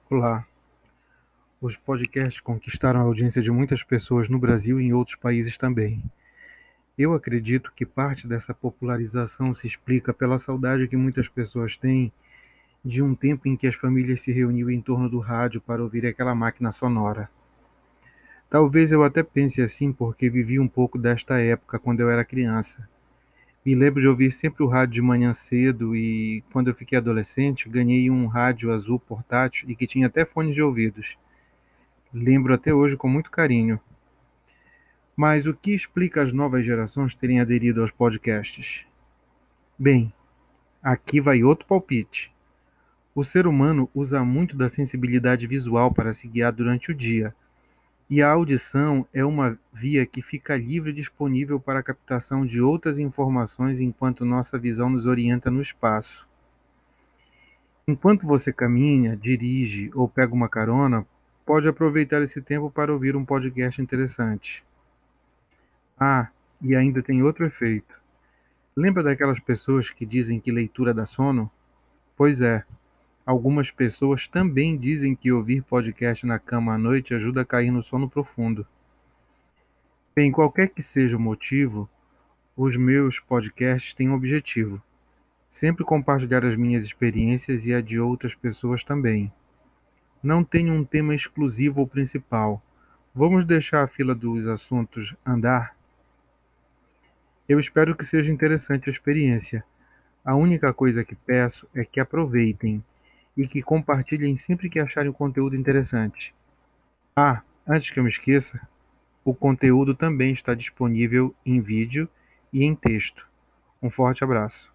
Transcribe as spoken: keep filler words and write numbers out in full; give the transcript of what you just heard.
Olá. Os podcasts conquistaram a audiência de muitas pessoas no Brasil e em outros países também. Eu acredito que parte dessa popularização se explica pela saudade que muitas pessoas têm de um tempo em que as famílias se reuniam em torno do rádio para ouvir aquela máquina sonora. Talvez eu até pense assim porque vivi um pouco desta época quando eu era criança. Me lembro de ouvir sempre o rádio de manhã cedo e, quando eu fiquei adolescente, ganhei um rádio azul portátil e que tinha até fones de ouvidos. Lembro até hoje com muito carinho. Mas o que explica as novas gerações terem aderido aos podcasts? Bem, aqui vai outro palpite. O ser humano usa muito da sensibilidade visual para se guiar durante o dia, e a audição é uma via que fica livre e disponível para a captação de outras informações enquanto nossa visão nos orienta no espaço. Enquanto você caminha, dirige ou pega uma carona, pode aproveitar esse tempo para ouvir um podcast interessante. Ah, e ainda tem outro efeito. Lembra daquelas pessoas que dizem que leitura dá sono? Pois é, algumas pessoas também dizem que ouvir podcast na cama à noite ajuda a cair no sono profundo. Bem, qualquer que seja o motivo, os meus podcasts têm um objetivo: sempre compartilhar as minhas experiências e a de outras pessoas também. Não tenho um tema exclusivo ou principal. Vamos deixar a fila dos assuntos andar? Eu espero que seja interessante a experiência. A única coisa que peço é que aproveitem e que compartilhem sempre que acharem o conteúdo interessante. Ah, antes que eu me esqueça, o conteúdo também está disponível em vídeo e em texto. Um forte abraço.